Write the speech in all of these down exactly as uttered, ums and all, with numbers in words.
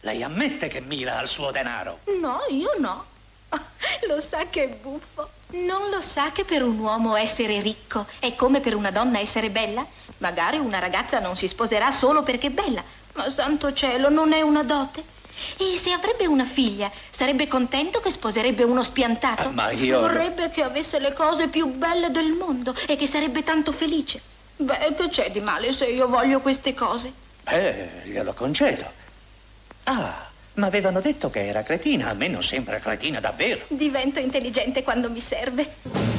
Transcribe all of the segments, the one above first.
Lei ammette che mira al suo denaro? No, io no. Lo sa che è buffo. Non lo sa che per un uomo essere ricco è come per una donna essere bella? Magari una ragazza non si sposerà solo perché è bella, ma santo cielo, non è una dote. E se avrebbe una figlia, sarebbe contento che sposerebbe uno spiantato? Ah, ma io... Vorrebbe che avesse le cose più belle del mondo e che sarebbe tanto felice. Beh, che c'è di male se io voglio queste cose? Beh, glielo concedo. Ah, ma avevano detto che era cretina. A me non sembra cretina davvero. Divento intelligente quando mi serve.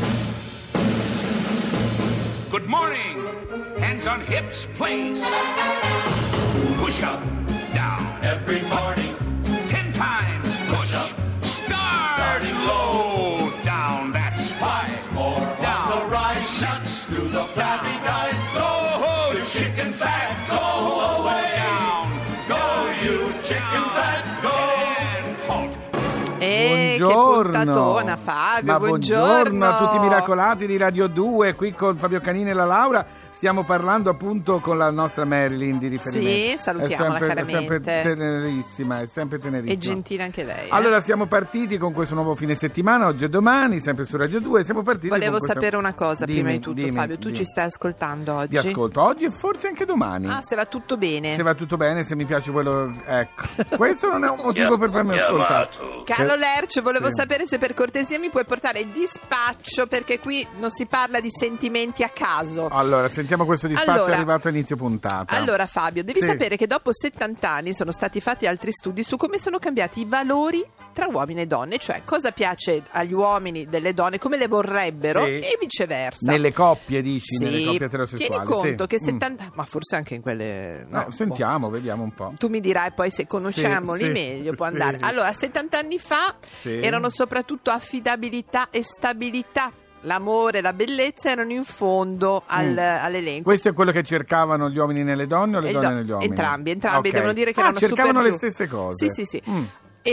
Good morning. Hands on hips, please. Push up, down. Every morning. Ten times push up. Starting low. Down, that's five. More down. On the rise. Six to the flabby guys. Go, the chicken fat. Go away. Down. Go, you chicken fat. Go. Halt. Eh, Buongiorno. che puntatona, Fabio, Ma buongiorno. buongiorno a tutti i miracolati di Radio due, qui con Fabio Canini e la Laura. Stiamo parlando appunto con la nostra Marilyn di riferimento. Sì, salutiamola è sempre, caramente. È sempre tenerissima, è sempre tenerissima. È gentile anche lei. eh. Allora siamo partiti con questo nuovo fine settimana, oggi e domani, sempre su Radio due. Siamo partiti Volevo con questo... sapere una cosa Dimmi, prima di tutto, dimmi, Fabio. Tu dimmi. ci stai ascoltando oggi? Ti ascolto oggi e forse anche domani. Ah, se va tutto bene. Se va tutto bene, se mi piace quello... Ecco, questo non è un motivo per farmi ascoltare. Carlo Lerch, volevo Sì. sapere se per cortesia mi puoi portare dispaccio, perché qui non si parla di sentimenti a caso. Allora, sentiamo questo dispaccio Allora, arrivato a inizio puntata. Allora Fabio, devi Sì. sapere che dopo settanta anni sono stati fatti altri studi su come sono cambiati i valori tra uomini e donne, cioè cosa piace agli uomini delle donne, come le vorrebbero Sì. e viceversa. Nelle coppie, dici, Sì, nelle coppie eterosessuali. tieni conto sì. che Mm. settanta ma forse anche in quelle no, No, sentiamo, vediamo un po'. boh. Tu mi dirai poi se conosciamoli Sì, sì, meglio può sì. andare. Allora, settanta anni fa Sì. erano soprattutto affidabilità e stabilità. L'amore e la bellezza erano in fondo al- Mm. all'elenco. Questo è quello che cercavano gli uomini nelle donne o le E donne do- negli uomini? Entrambi, entrambi Ok. devono dire che ah, erano cercavano super le giù. stesse cose. Sì, sì, sì. Mm.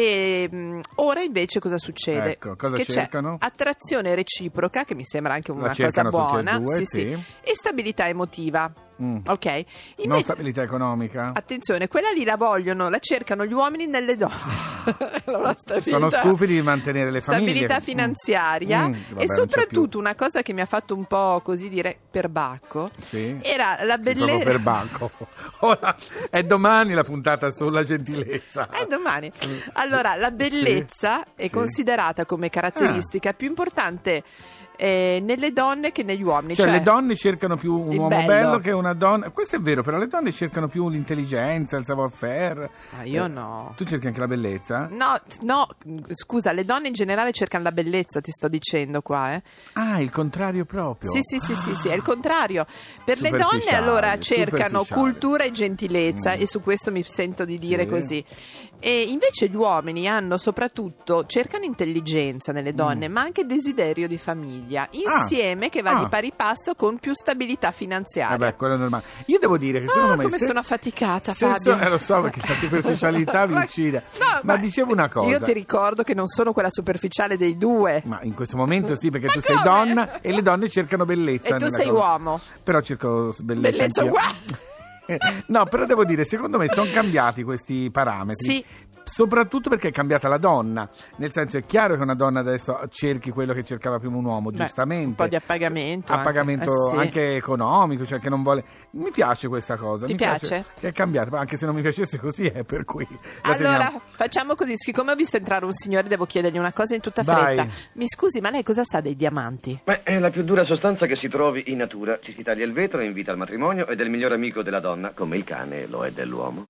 E mh, ora invece cosa succede? Ecco, cosa che cercano? c'è attrazione reciproca, che mi sembra anche La una cosa cercano tutti e buona, due, sì, sì. sì, e stabilità emotiva. Mm. Ok? Non Invece, stabilità economica? attenzione, quella lì la vogliono, la cercano gli uomini nelle donne. Allora, stabilità- Sono stufi di mantenere le famiglie. Stabilità Mm. finanziaria Mm, vabbè, e non c'è soprattutto una cosa che mi ha fatto un po' così dire perbacco Sì. era la Sì, proprio bellezza. per banco. Ora, è domani la puntata sulla gentilezza. È domani. Allora, la bellezza Sì, è sì. considerata come caratteristica più importante eh, nelle donne che negli uomini. Cioè, Cioè, le donne cercano più un il uomo bello. bello. che una donna. Questo è vero, però le donne cercano più l'intelligenza, il savoir-faire. Ma io Eh, no. Tu cerchi anche la bellezza? No, no, scusa, le donne in generale cercano la bellezza, ti sto dicendo qua, eh. Ah, il contrario proprio. Sì, sì, sì, sì, sì, è il contrario. Per le donne Superficiale, allora cercano superficiale. cultura e gentilezza Mm. e su questo mi sento di dire Sì. così. E invece gli uomini hanno soprattutto, cercano intelligenza nelle donne, ma anche desiderio di famiglia, insieme che va Ah. di pari passo con più stabilità finanziaria. Vabbè, quello è normale. Io devo dire che secondo Ah, me come se- sono affaticata, se Fabio. so- eh, lo so, perché la superficialità vi Ma- uccide. no, ma dicevo una cosa. Io ti ricordo che non sono quella superficiale dei due. Ma in questo momento sì, perché Ma tu sei come? donna e le donne cercano bellezza. E tu nella sei cosa. uomo. Però cerco bellezza. Bellezza anch'io. uguale. No, però devo dire, secondo me sono cambiati questi parametri. Sì. Soprattutto perché è cambiata la donna. Nel senso, è chiaro che una donna adesso cerchi quello che cercava prima un uomo, Beh, giustamente. un po' di appagamento. anche. Appagamento Eh, sì. anche economico, cioè che non vuole. Mi piace questa cosa. Ti mi piace? Che è cambiata, anche se non mi piacesse così è per cui. la Allora, teniamo. facciamo così, siccome ho visto entrare un signore devo chiedergli una cosa in tutta Vai. fretta. Mi scusi, ma lei cosa sa dei diamanti? Beh, è la più dura sostanza che si trovi in natura. Ci si taglia il vetro e invita al matrimonio ed è il miglior amico della donna, come il cane lo è dell'uomo.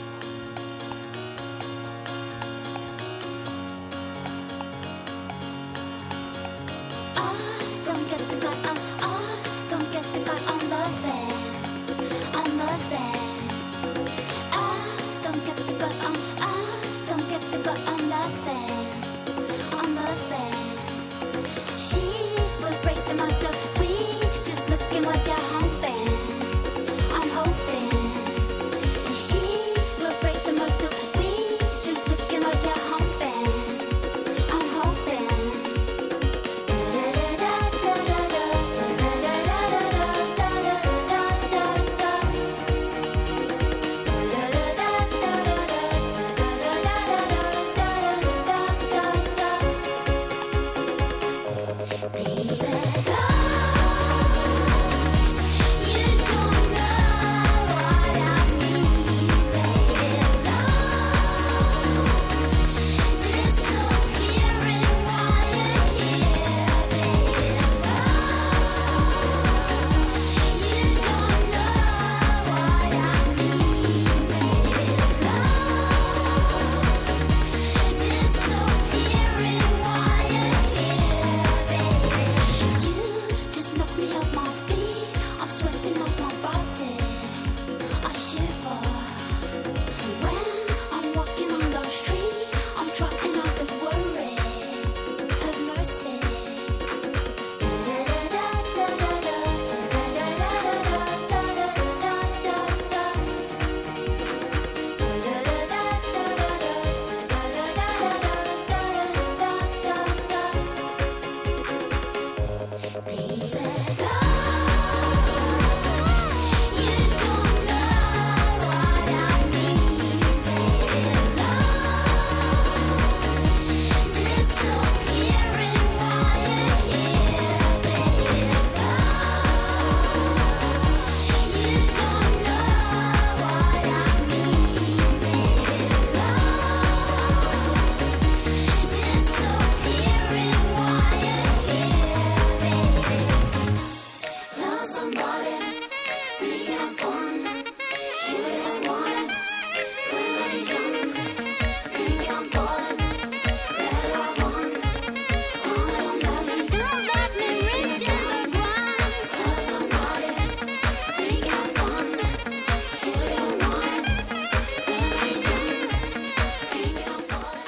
Don't get the cut on, oh, don't get the cut on the van, on the van. Ah, don't get the cut on, ah, don't get the cut on the van, on the van. She will break the most of we, just looking what you're humping. I'm hoping, and she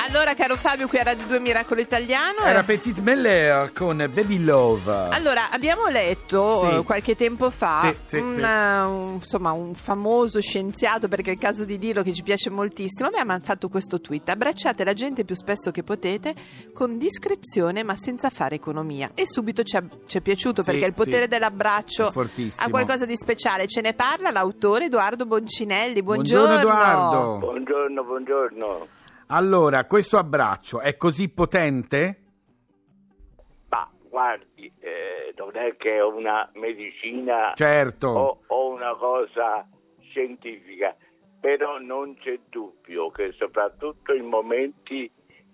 Allora, caro Fabio, qui a Radio due Miracolo Italiano. Era eh. Petit Meller con Baby Love. Allora, abbiamo letto Sì. eh, qualche tempo fa Sì, sì, un, sì. eh, un- insomma, un famoso scienziato, perché è il caso di dirlo, che ci piace moltissimo. A me ha fatto questo tweet: abbracciate la gente più spesso che potete, con discrezione ma senza fare economia. E subito ci è, ci è piaciuto, Sì, perché il potere sì. dell'abbraccio È fortissimo. ha qualcosa di speciale. Ce ne parla l'autore Edoardo Boncinelli. Buongiorno. Buongiorno Edoardo. Buongiorno, buongiorno. Allora, questo abbraccio è così potente? Ma guardi, eh, non è che è una medicina Certo. o, o una cosa scientifica, però non c'è dubbio che soprattutto in momenti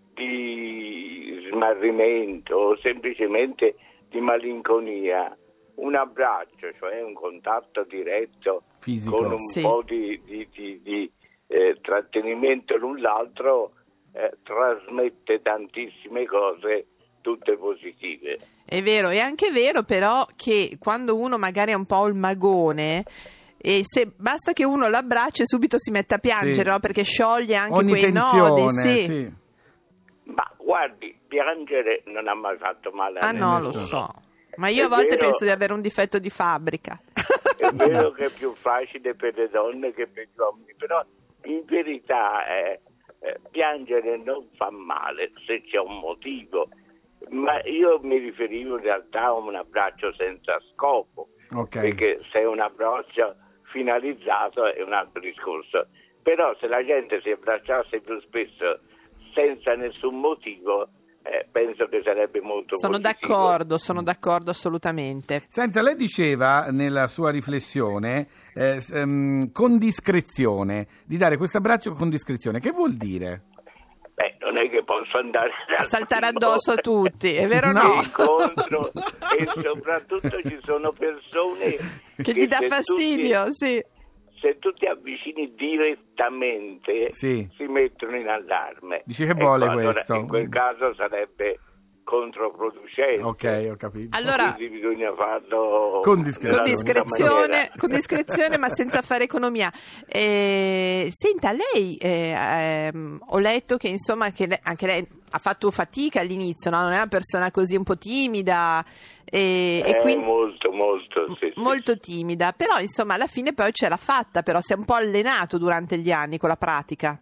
di smarrimento o semplicemente di malinconia, un abbraccio, cioè un contatto diretto Fisico. con un Sì. po' di, di, di, di eh, trattenimento l'un l'altro, eh, trasmette tantissime cose, tutte positive. È vero, è anche vero però che quando uno magari è un po' il magone, e se basta che uno l'abbraccia e subito si mette a piangere, Sì. no? Perché scioglie anche Ogni quei tensione, nodi. Sì. sì. Ma guardi, piangere non ha mai fatto male a Ah no, lo nessuno. so. Ma io a È volte vero- penso di avere un difetto di fabbrica. È vero che è più facile per le donne che per gli uomini, però in verità eh, eh, piangere non fa male se c'è un motivo. Ma io mi riferivo in realtà a un abbraccio senza scopo, Ok. perché se è un abbraccio finalizzato è un altro discorso. Però se la gente si abbracciasse più spesso senza nessun motivo, eh, penso che sarebbe molto Sono positivo. d'accordo, sono d'accordo assolutamente. Senta, lei diceva nella sua riflessione eh, s- ehm, con discrezione, di dare questo abbraccio con discrezione. Che vuol dire? Beh, non è che posso andare A dal saltare primo addosso a tutti, è vero o no? incontro, e soprattutto ci sono persone Che gli dà se tu fastidio, ti- sì. se tu ti avvicini direttamente Sì. si mettono in allarme. Dice che Ecco, vuole allora, questo? in quel caso sarebbe controproducente. Ok, ho capito. Allora, Quindi bisogna farlo Con nella discrezione. con giusta discrezione, maniera. con discrezione ma senza fare economia. Eh, senta, lei eh, ehm, ho letto che insomma che le- anche lei ha fatto fatica all'inizio, no? Non è una persona così un po' timida e, e Eh, quindi molto, molto, sì, sì. molto timida, però insomma alla fine poi ce l'ha fatta, però si è un po' allenato durante gli anni con la pratica.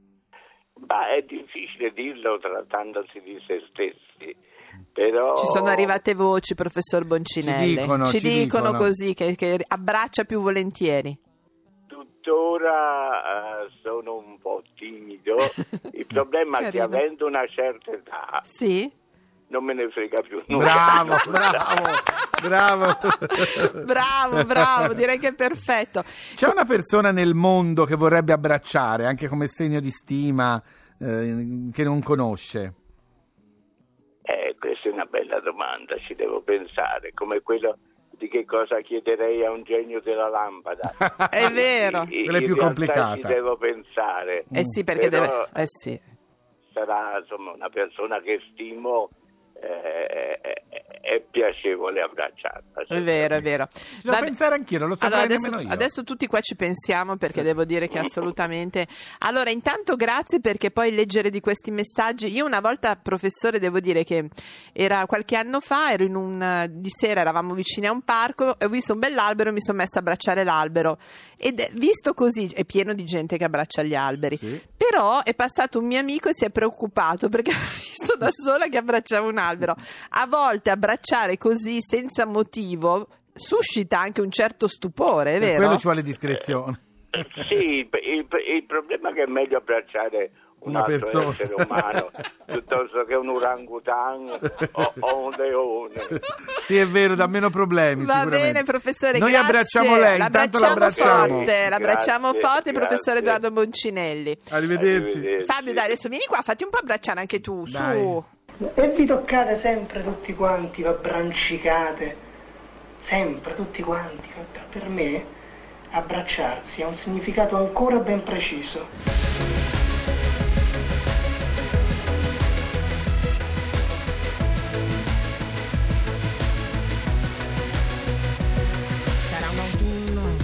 Ma è difficile dirlo trattandosi di se stessi, però... Ci sono arrivate voci, professor Boncinelli, Ci dicono, ci dicono dicono. così che, che abbraccia più volentieri. Tuttora eh, sono un po' timido, il problema è che Carino. avendo una certa età Sì? non me ne frega più nulla. Bravo, bravo, bravo. Bravo, bravo, direi che è perfetto. C'è una persona nel mondo che vorrebbe abbracciare, anche come segno di stima, eh, che non conosce? Eh, questa è una bella domanda, ci devo pensare, come quello di che cosa chiederei a un genio della lampada. È vero. In- in Quella è più realtà complicata. Ci devo pensare. Eh sì, perché Però deve... Eh sì. sarà insomma una persona che stimo, eh, è, è piacevole abbracciarla. È vero, è vero. Ci devo Vabbè. pensare anch'io, non lo saprei Allora, adesso, nemmeno io. adesso tutti qua ci pensiamo, perché devo dire che assolutamente... Allora, intanto grazie, perché poi leggere di questi messaggi... Io una volta, professore, devo dire che era qualche anno fa, ero in un... di sera eravamo vicini a un parco e ho visto un bell'albero e mi sono messa a abbracciare l'albero. Ed è- visto così, è pieno di gente che abbraccia gli alberi. Sì. Però è passato un mio amico e si è preoccupato perché ha visto da sola che abbracciava un albero. A volte abbracciare così senza motivo suscita anche un certo stupore, è Per vero? quello ci vuole discrezione. Sì, il, il- il problema è che è meglio abbracciare un Una altro persona. essere umano piuttosto che un orangutan o, o un leone. Sì, è vero, dà meno problemi. Va sicuramente. bene, professore, Noi grazie. abbracciamo lei, intanto l'abbracciamo l'abbracciamo. forte, l'abbracciamo Grazie, forte, il professore grazie. Edoardo Boncinelli. Arrivederci. Arrivederci. Fabio, dai, adesso vieni qua, fatti un po' abbracciare anche tu, Dai. su. E vi toccate sempre tutti quanti, vi abbrancicate, sempre tutti quanti. Per, per me abbracciarsi ha un significato ancora ben preciso. Sarà un autunno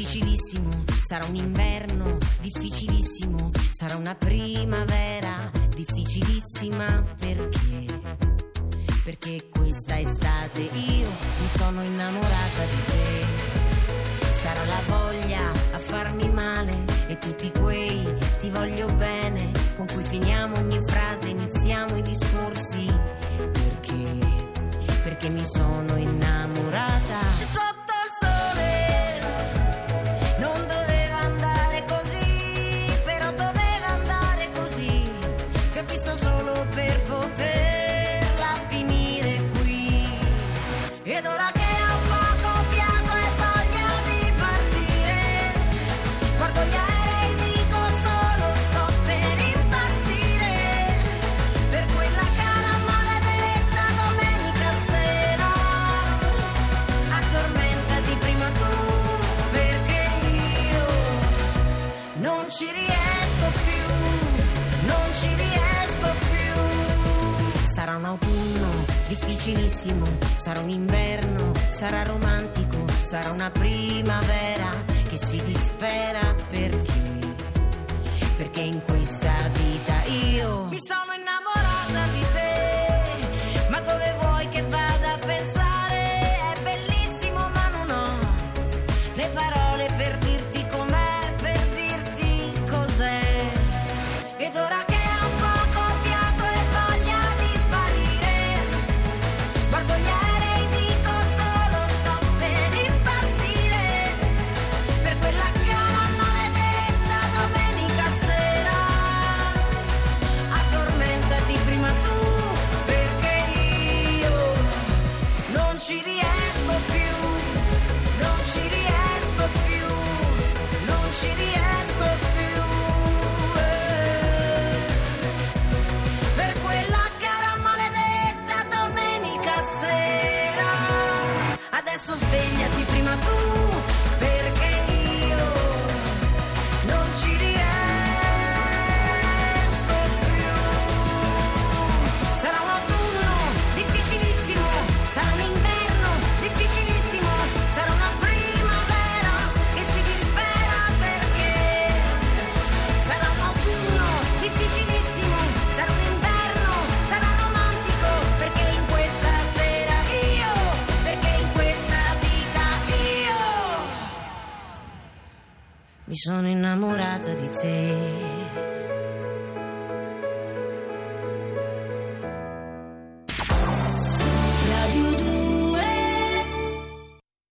difficilissimo, sarà un inverno difficilissimo, sarà una primavera difficilissima perché perché questa estate io mi sono innamorata di te. Sarà la voglia a farmi male e tutti quei ti voglio bene con cui finiamo ogni frase, iniziamo i discorsi. Perché? Perché mi sono innamorata. Sotto il sole non doveva andare così, però doveva andare così. Ti ho visto solo per poterla finire qui. Ed ora che ho poco fiato e voglia di partire, guardo gli aerei e dico solo sto per impazzire per quella cara maledetta domenica sera. Addormentati prima tu, perché io non ci riesco più, non ci riesco più. Sarà un autunno difficilissimo, sarà un inverno, sarà romantico, sarà una primavera che si dispera perché, perché in questa vita io mi sono innamorata di te. Ma dove vuoi che vada a pensare? È bellissimo ma non ho le parole per dirti com'è, per dirti cos'è. Ed ora che ho poco fiato e voglia di sparire, guardo gli aerei e dico solo sto per impazzire per quella cara maledetta domenica sera. Addormentati prima tu, perché io non ci riesco più, non ci riesco più, non ci riesco più. eh. Per quella cara maledetta domenica sera. Adesso svegliati prima tu, perché io non ci riesco più. Sarà un autunno difficilissimo, sarà un inverno difficilissimo, sarà una primavera che si dispera perché sarà un autunno difficilissimo, sarà un inverno, sarà romantico, perché in questa sera io, perché in questa vita io mi sono innamorata di te.